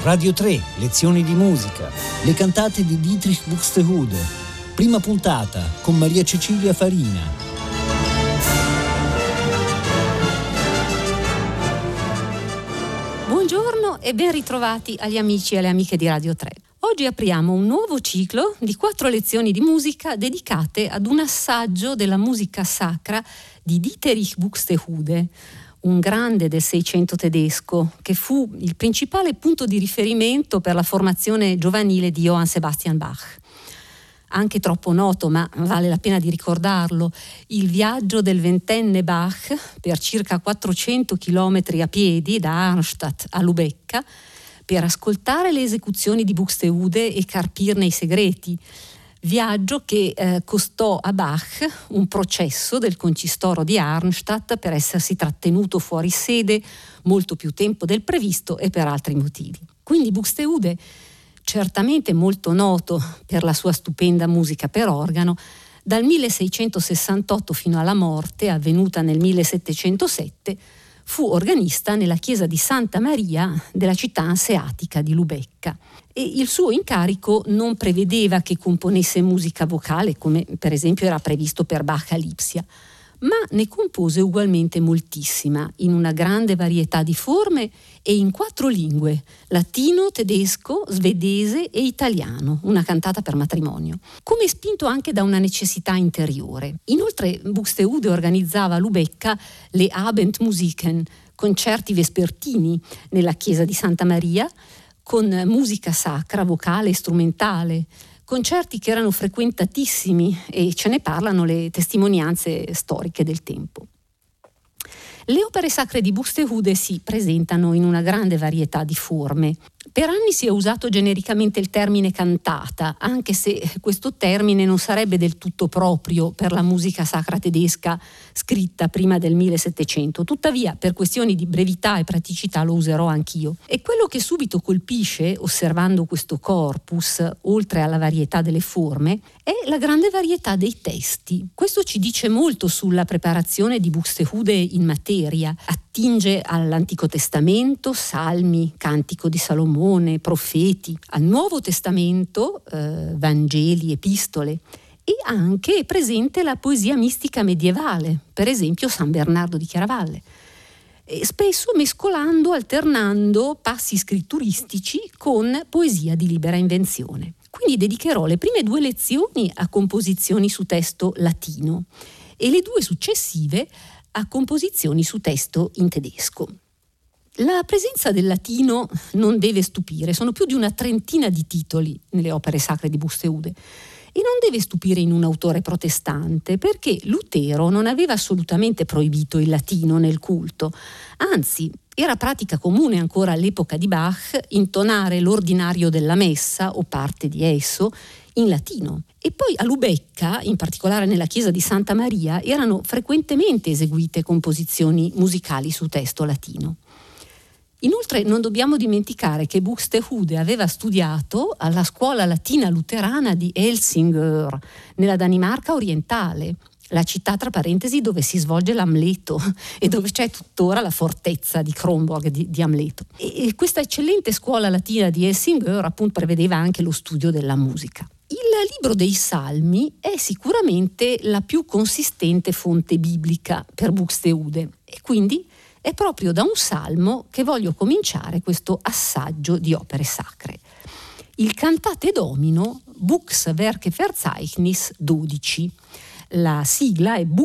Radio 3, lezioni di musica, le cantate di Dietrich Buxtehude, prima puntata con Maria Cecilia Farina. Buongiorno e ben ritrovati agli amici e alle amiche di Radio 3. Oggi apriamo un nuovo ciclo di 4 lezioni di musica dedicate ad un assaggio della musica sacra di Dietrich Buxtehude, un grande del Seicento tedesco, che fu il principale punto di riferimento per la formazione giovanile di Johann Sebastian Bach. Anche troppo noto, ma vale la pena di ricordarlo, il viaggio del 20enne Bach per circa 400 chilometri a piedi da Arnstadt a Lubecca per ascoltare le esecuzioni di Buxtehude e carpirne i segreti. Viaggio che costò a Bach un processo del concistoro di Arnstadt per essersi trattenuto fuori sede molto più tempo del previsto e per altri motivi. Quindi Buxtehude, certamente molto noto per la sua stupenda musica per organo, dal 1668 fino alla morte, avvenuta nel 1707, fu organista nella chiesa di Santa Maria della città anseatica di Lubecca, e il suo incarico non prevedeva che componesse musica vocale, come per esempio era previsto per Bach a Lipsia, ma ne compose ugualmente moltissima, in una grande varietà di forme e in 4 lingue: latino, tedesco, svedese e italiano, una cantata per matrimonio, come spinto anche da una necessità interiore. Inoltre Buxtehude organizzava a Lubecca le Abendmusiken, concerti vespertini nella chiesa di Santa Maria, con musica sacra, vocale e strumentale, concerti che erano frequentatissimi e ce ne parlano le testimonianze storiche del tempo. Le opere sacre di Buxtehude si presentano in una grande varietà di forme. Per anni si è usato genericamente il termine cantata, anche se questo termine non sarebbe del tutto proprio per la musica sacra tedesca scritta prima del 1700. Tuttavia, per questioni di brevità e praticità lo userò anch'io. E quello che subito colpisce, osservando questo corpus, oltre alla varietà delle forme, è la grande varietà dei testi. Questo ci dice molto sulla preparazione di Buxtehude in materia. Attinge all'Antico Testamento, Salmi, Cantico di Salomone, Profeti, al Nuovo Testamento, Vangeli, Epistole, e anche è presente la poesia mistica medievale, per esempio San Bernardo di Chiaravalle, e spesso mescolando, alternando passi scritturistici con poesia di libera invenzione. Quindi dedicherò le prime 2 lezioni a composizioni su testo latino e le 2 successive a composizioni su testo in tedesco. La presenza del latino non deve stupire, sono più di una trentina di titoli nelle opere sacre di Buxtehude, e non deve stupire in un autore protestante, perché Lutero non aveva assolutamente proibito il latino nel culto, anzi era pratica comune ancora all'epoca di Bach intonare l'ordinario della messa o parte di esso in latino. E poi a Lubecca, in particolare nella chiesa di Santa Maria, erano frequentemente eseguite composizioni musicali su testo latino. Inoltre non dobbiamo dimenticare che Buxtehude aveva studiato alla scuola latina luterana di Helsingør, nella Danimarca orientale, la città tra parentesi dove si svolge l'Amleto e dove c'è tuttora la fortezza di Kronborg di Amleto. E questa eccellente scuola latina di Helsingør appunto prevedeva anche lo studio della musica. Il libro dei Salmi è sicuramente la più consistente fonte biblica per Buxtehude, e quindi è proprio da un salmo che voglio cominciare questo assaggio di opere sacre. Il Cantate Domino, Buchswerkeverzeichnis 12. La sigla è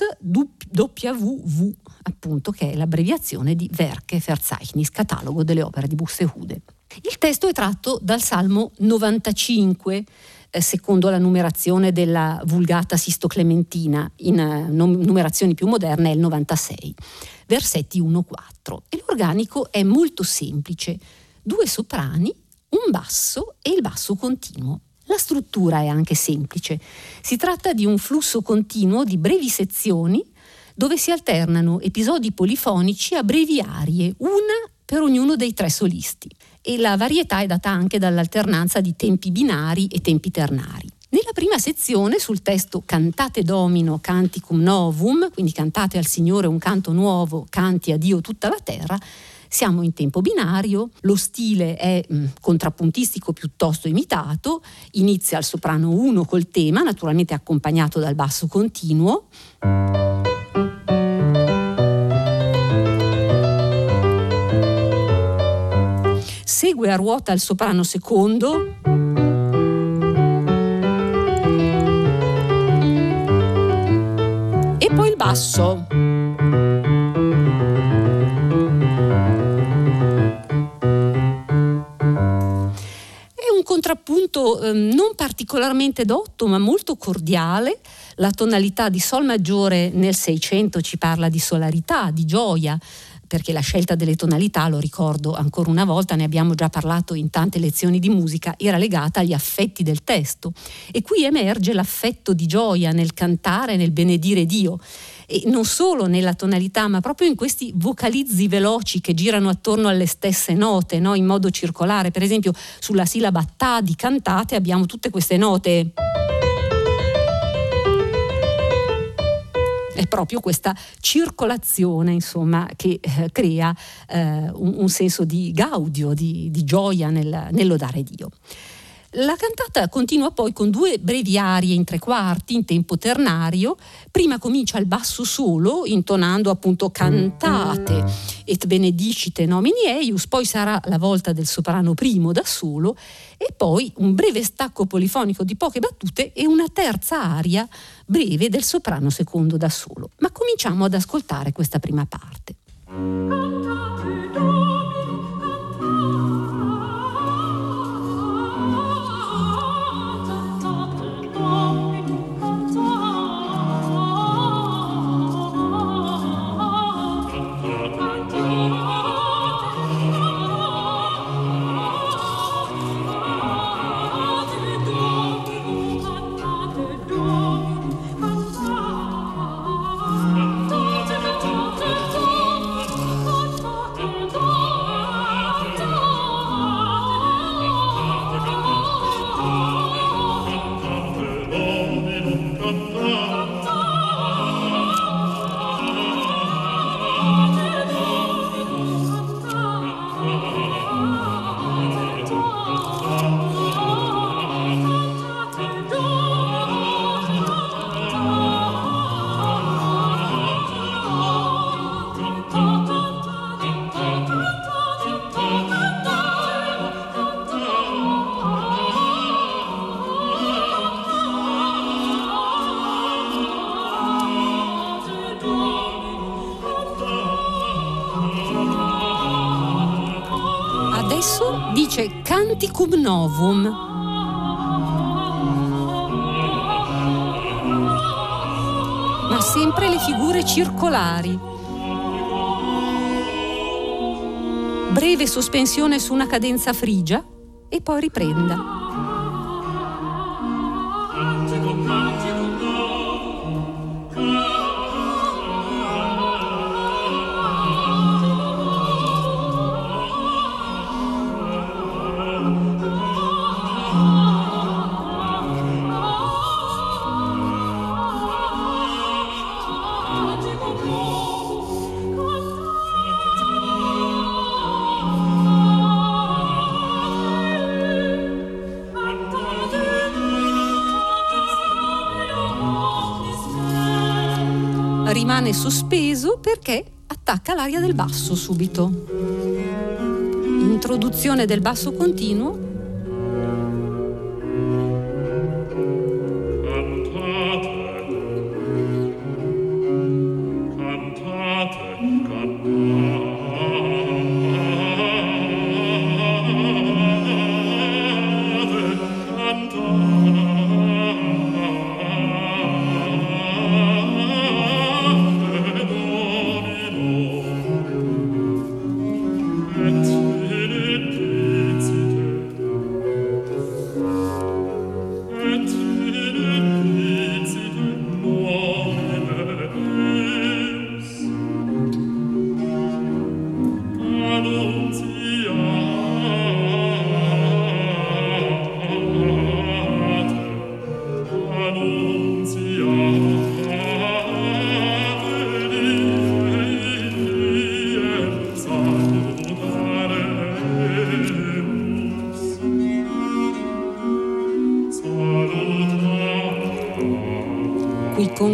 BuchsWV, appunto, che è l'abbreviazione di Werkeverzeichnis, catalogo delle opere di Buxtehude. Il testo è tratto dal Salmo 95, secondo la numerazione della Vulgata Sisto-Clementina, in numerazioni più moderne è il 96, versetti 1-4. E l'organico è molto semplice: 2 soprani, un basso e il basso continuo. La struttura è anche semplice. Si tratta di un flusso continuo di brevi sezioni dove si alternano episodi polifonici a brevi arie, una per ognuno dei 3 solisti. E la varietà è data anche dall'alternanza di tempi binari e tempi ternari. Nella prima sezione, sul testo Cantate Domino Canticum Novum, quindi cantate al Signore un canto nuovo, canti a Dio tutta la terra, Siamo in tempo binario, lo stile è contrappuntistico piuttosto imitato, inizia al soprano 1 col tema, naturalmente accompagnato dal basso continuo. Segue a ruota il soprano secondo. E poi il basso. Contrappunto non particolarmente dotto ma molto cordiale. La tonalità di sol maggiore nel 600 ci parla di solarità, di gioia, perché la scelta delle tonalità, lo ricordo ancora una volta, ne abbiamo già parlato in tante lezioni di musica, era legata agli affetti del testo, e qui emerge l'affetto di gioia nel cantare, nel benedire Dio, e non solo nella tonalità ma proprio in questi vocalizzi veloci che girano attorno alle stesse note, no? In modo circolare. Per esempio sulla sillaba ta di cantate abbiamo tutte queste note. È proprio questa circolazione, insomma, che crea un senso di gaudio, di gioia nel lodare Dio. La cantata continua poi con 2 brevi arie in 3/4 in tempo ternario. Prima comincia il basso solo intonando appunto cantate et benedicite nomini eius, poi sarà la volta del soprano primo da solo e poi un breve stacco polifonico di poche battute e una terza aria breve del soprano secondo da solo. Ma cominciamo ad ascoltare questa prima parte. Adesso dice Canticum Novum. Ma sempre le figure circolari. Breve sospensione su una cadenza frigia e poi riprenda. Rimane sospeso perché attacca l'aria del basso subito. Introduzione del basso continuo.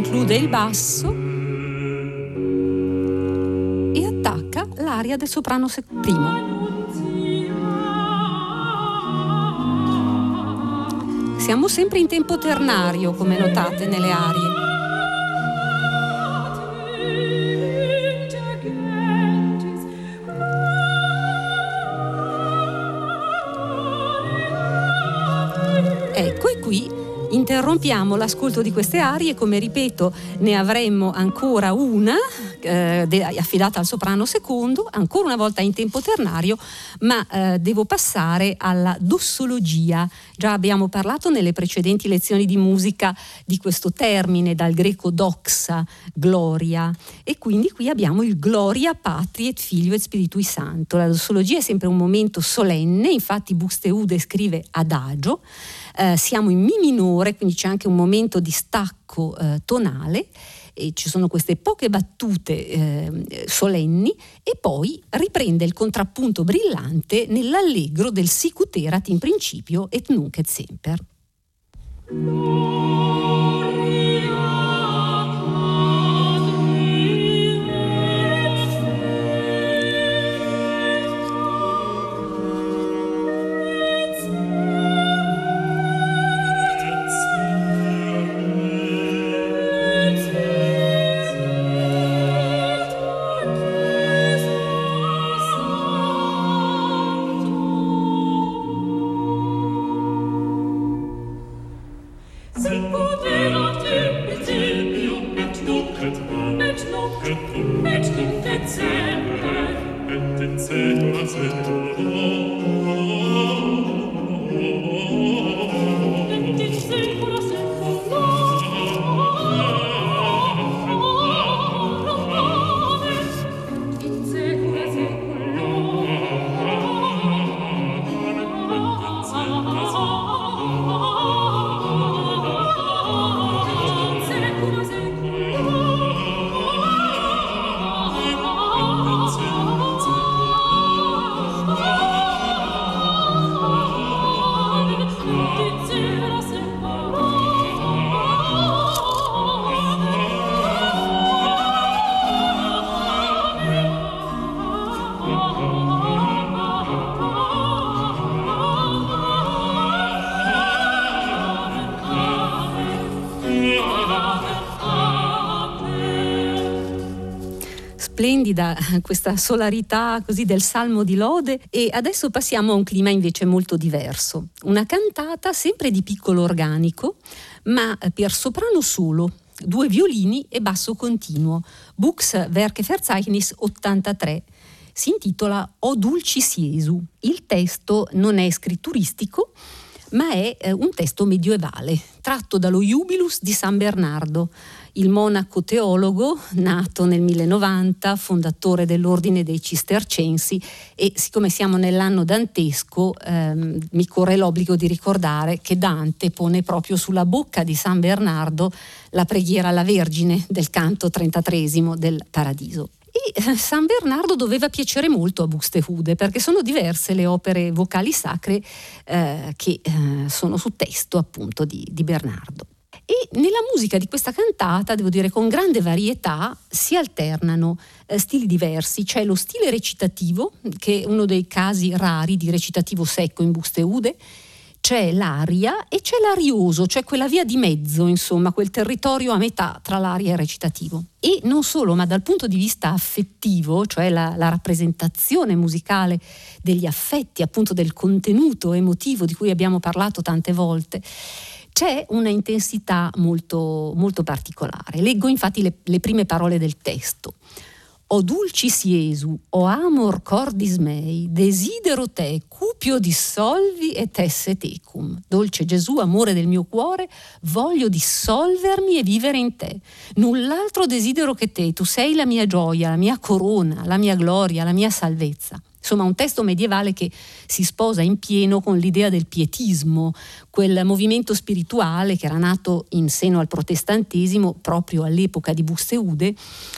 include il basso e attacca l'aria del soprano primo. Siamo sempre in tempo ternario, come notate nelle arie. Ecco, e qui interrompiamo l'ascolto di queste arie. Come ripeto, ne avremmo ancora una affidata al soprano secondo, ancora una volta in tempo ternario, ma devo passare alla dossologia. Già abbiamo parlato nelle precedenti lezioni di musica di questo termine, dal greco doxa, gloria, e quindi qui abbiamo il Gloria Patri et Filio et Spiritui Sancto. La dossologia è sempre un momento solenne, infatti Buxtehude scrive adagio. Siamo in Mi minore, quindi c'è anche un momento di stacco tonale, e ci sono queste poche battute solenni, e poi riprende il contrappunto brillante nell'allegro del Sicut erat in principio et nunc et semper. Splendida questa solarità così del salmo di lode. E adesso passiamo a un clima invece molto diverso, una cantata sempre di piccolo organico, ma per soprano solo, 2 violini e basso continuo, Bux Werkverzeichnis 83. Si intitola O Dulcis Iesu. Il testo non è scritturistico, ma è un testo medievale, tratto dallo Jubilus di San Bernardo, il monaco teologo nato nel 1090, fondatore dell'ordine dei Cistercensi. E siccome siamo nell'anno dantesco, mi corre l'obbligo di ricordare che Dante pone proprio sulla bocca di San Bernardo la preghiera alla Vergine del canto 33 del Paradiso. E San Bernardo doveva piacere molto a Buxtehude, perché sono diverse le opere vocali sacre che sono su testo appunto di Bernardo. E nella musica di questa cantata, devo dire con grande varietà, si alternano stili diversi. C'è lo stile recitativo, che è uno dei casi rari di recitativo secco in Buxtehude, c'è l'aria e c'è l'arioso, cioè quella via di mezzo, insomma, quel territorio a metà tra l'aria e il recitativo. E non solo, ma dal punto di vista affettivo, cioè la rappresentazione musicale degli affetti, appunto del contenuto emotivo di cui abbiamo parlato tante volte, c'è una intensità molto, molto particolare. Leggo infatti le prime parole del testo. O dulcis Iesu, o amor cordis mei, desidero te, cupio dissolvi et esse tecum. Dolce Gesù, amore del mio cuore, voglio dissolvermi e vivere in te. Null'altro desidero che te, tu sei la mia gioia, la mia corona, la mia gloria, la mia salvezza. Insomma, un testo medievale che si sposa in pieno con l'idea del pietismo, quel movimento spirituale che era nato in seno al protestantesimo proprio all'epoca di Buxtehude,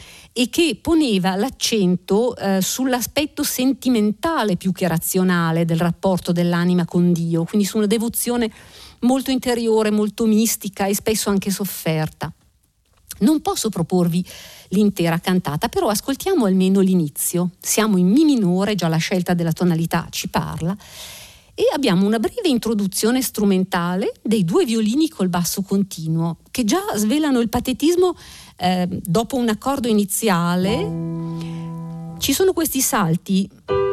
e che poneva l'accento sull'aspetto sentimentale più che razionale del rapporto dell'anima con Dio, quindi su una devozione molto interiore, molto mistica e spesso anche sofferta. Non posso proporvi l'intera cantata, però ascoltiamo almeno l'inizio. Siamo in Mi minore, già la scelta della tonalità ci parla, e abbiamo una breve introduzione strumentale dei 2 violini col basso continuo, che già svelano il patetismo. Dopo un accordo iniziale ci sono questi salti.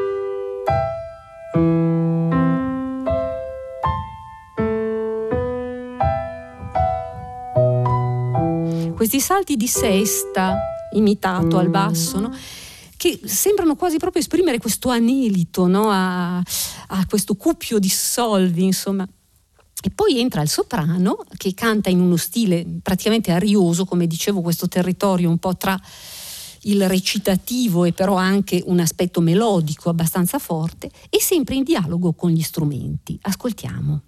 Questi salti di sesta imitato al basso, no? Che sembrano quasi proprio esprimere questo anelito, no? a questo cuppio di solvi, insomma. E poi entra il soprano che canta in uno stile praticamente arioso, come dicevo, questo territorio un po' tra il recitativo e però anche un aspetto melodico abbastanza forte, e sempre in dialogo con gli strumenti. Ascoltiamo.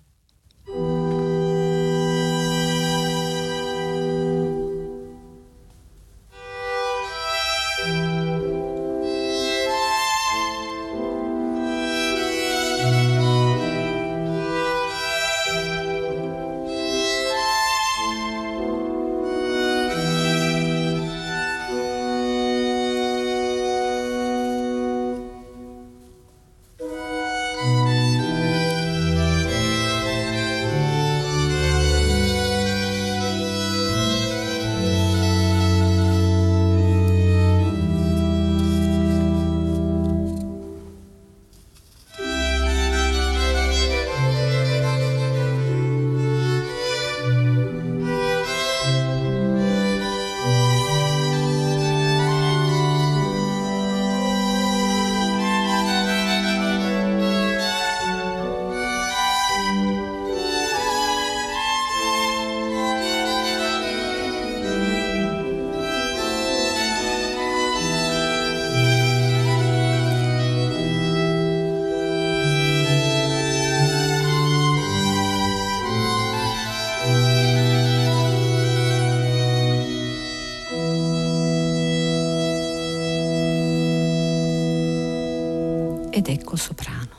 Ed ecco il soprano.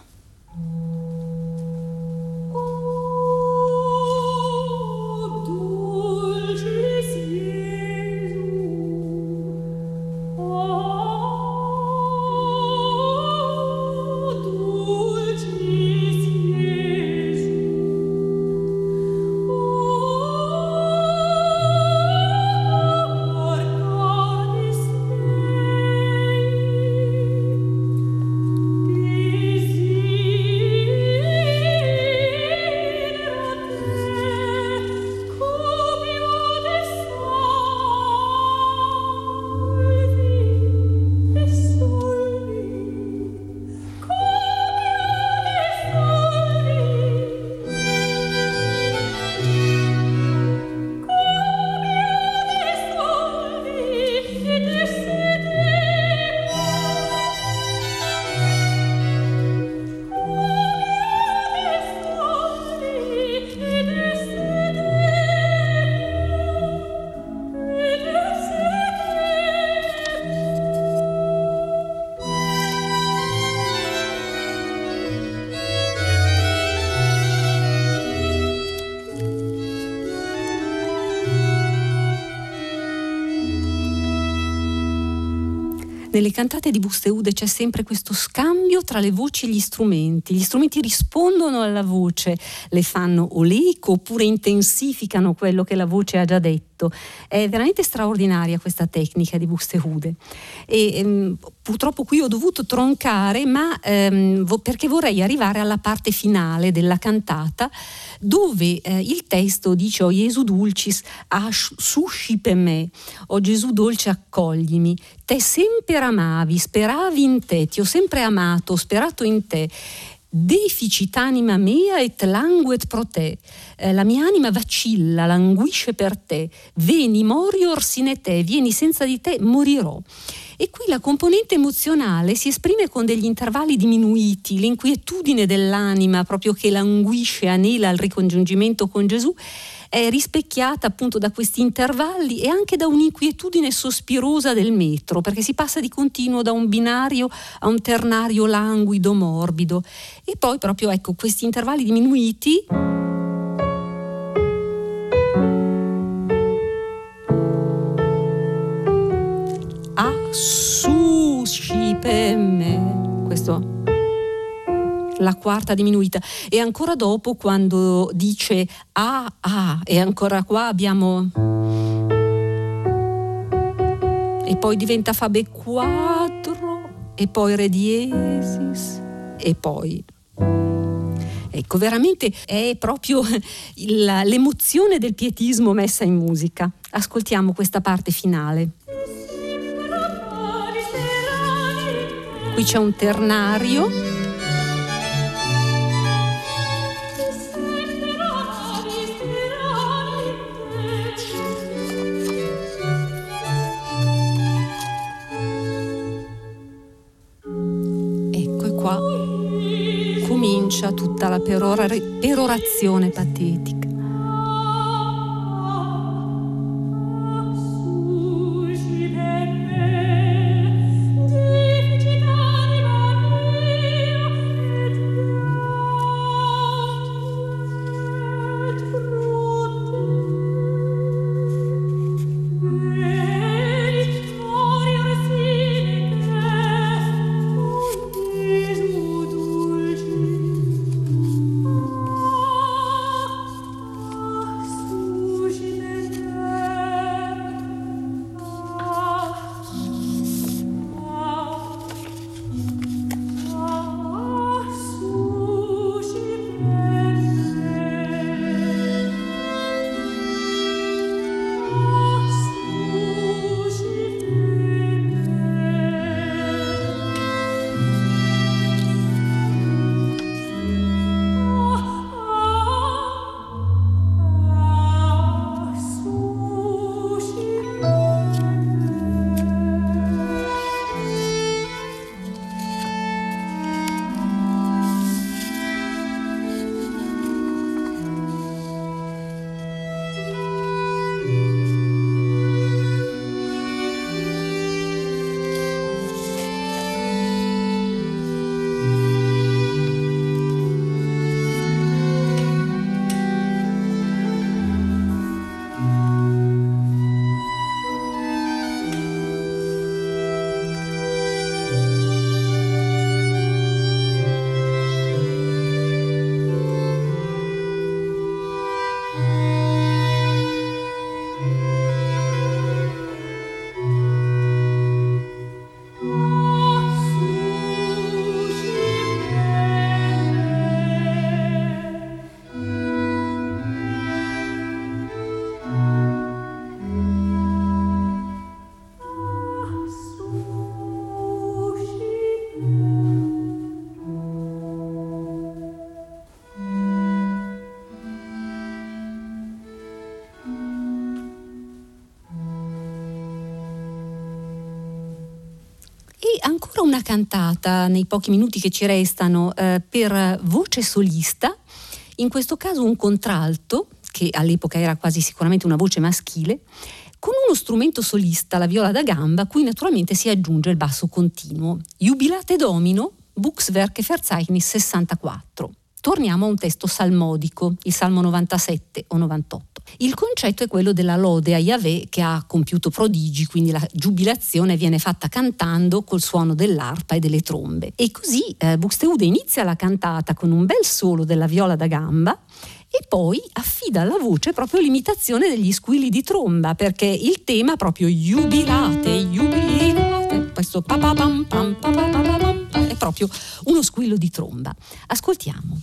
Nelle cantate di Buxtehude c'è sempre questo scambio tra le voci e gli strumenti rispondono alla voce, le fanno o l'eco oppure intensificano quello che la voce ha già detto. È veramente straordinaria questa tecnica di Buxtehude e purtroppo qui ho dovuto troncare, ma perché vorrei arrivare alla parte finale della cantata, dove il testo dice: O Gesù dulcis, suscipe me, o Gesù dolce accoglimi, te sempre amavi, speravi in te, ti ho sempre amato, sperato in te, deficit anima mea et languet pro te, la mia anima vacilla, languisce per te, veni morior sine te, vieni senza di te morirò. E qui la componente emozionale si esprime con degli intervalli diminuiti, l'inquietudine dell'anima proprio che languisce, anela al ricongiungimento con Gesù, è rispecchiata appunto da questi intervalli e anche da un'inquietudine sospirosa del metro, perché si passa di continuo da un binario a un ternario languido, morbido, e poi proprio ecco questi intervalli diminuiti sushi per me. Questo la quarta diminuita. E ancora dopo, quando dice e ancora qua abbiamo, e poi diventa fa B4 e poi re diesis e poi, ecco, veramente è proprio l'emozione del pietismo messa in musica. Ascoltiamo questa parte finale. Qui c'è un ternario. Comincia tutta la perorazione patetica. Ancora una cantata nei pochi minuti che ci restano per voce solista, in questo caso un contralto, che all'epoca era quasi sicuramente una voce maschile, con uno strumento solista, la viola da gamba, a cui naturalmente si aggiunge il basso continuo. Jubilate Domino, Buchswerke Verzeichnis 64. Torniamo a un testo salmodico, il Salmo 97 o 98. Il concetto è quello della lode a Yahweh che ha compiuto prodigi, quindi la giubilazione viene fatta cantando col suono dell'arpa e delle trombe. E così Buxtehude inizia la cantata con un bel solo della viola da gamba e poi affida alla voce proprio l'imitazione degli squilli di tromba, perché il tema proprio jubilate, questo papapam pam papapam è proprio uno squillo di tromba. Ascoltiamo.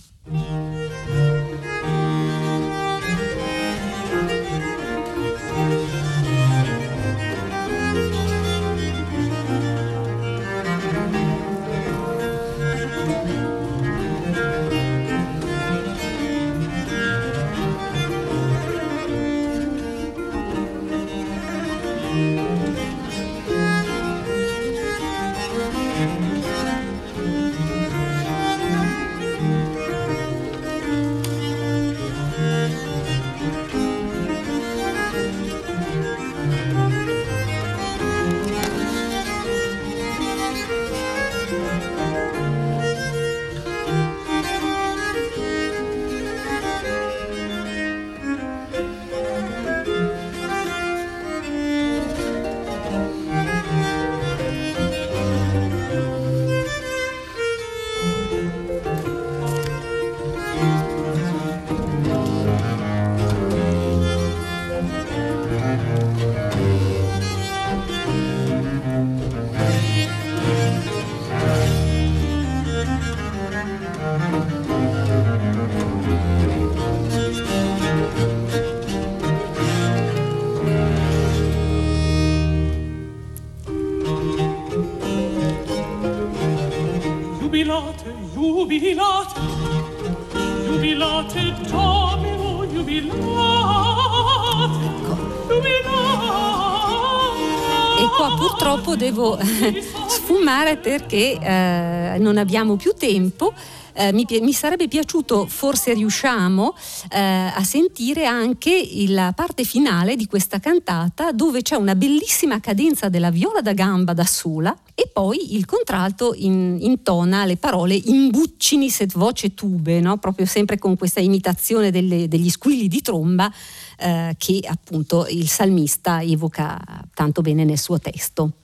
Jubilate, jubilate, jubilate Domino, jubilate, jubilate. E qua purtroppo devo sfumare perché non abbiamo più tempo. Mi sarebbe piaciuto, forse riusciamo a sentire anche la parte finale di questa cantata, dove c'è una bellissima cadenza della viola da gamba da sola e poi il contralto intona le parole imbuccini set voce tube, no? Proprio sempre con questa imitazione degli squilli di tromba che appunto il salmista evoca tanto bene nel suo testo.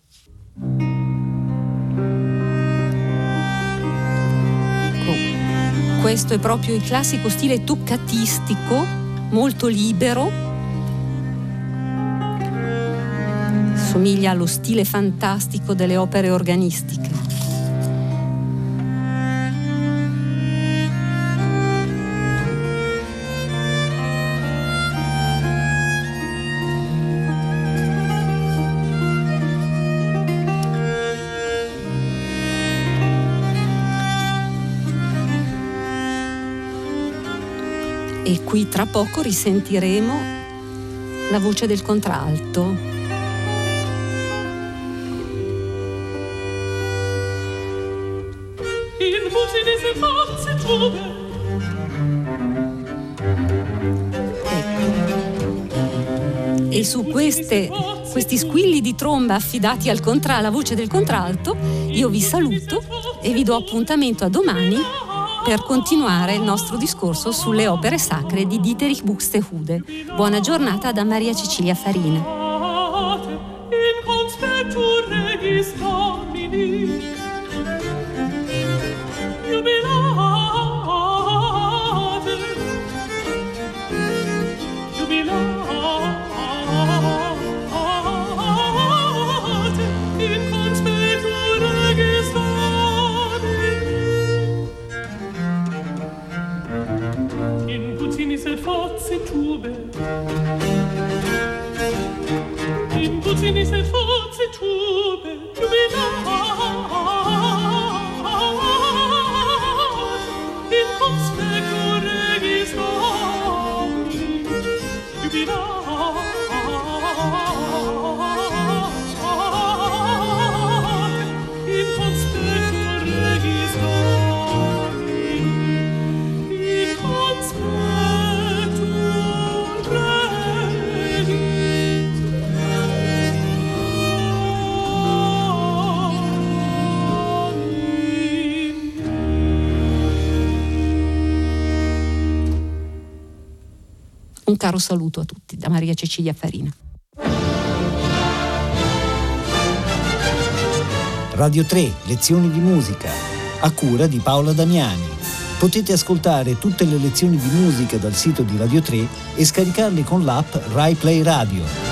Questo è proprio il classico stile toccatistico, molto libero. Somiglia allo stile fantastico delle opere organistiche. E qui tra poco risentiremo la voce del contralto. Ecco. E su questi squilli di tromba affidati alla voce del contralto, io vi saluto e vi do appuntamento a domani per continuare il nostro discorso sulle opere sacre di Dietrich Buxtehude. Buona giornata da Maria Cecilia Farina. Un caro saluto a tutti da Maria Cecilia Farina. Radio 3, lezioni di musica, a cura di Paola Damiani. Potete ascoltare tutte le lezioni di musica dal sito di Radio 3 e scaricarle con l'app Rai Play Radio.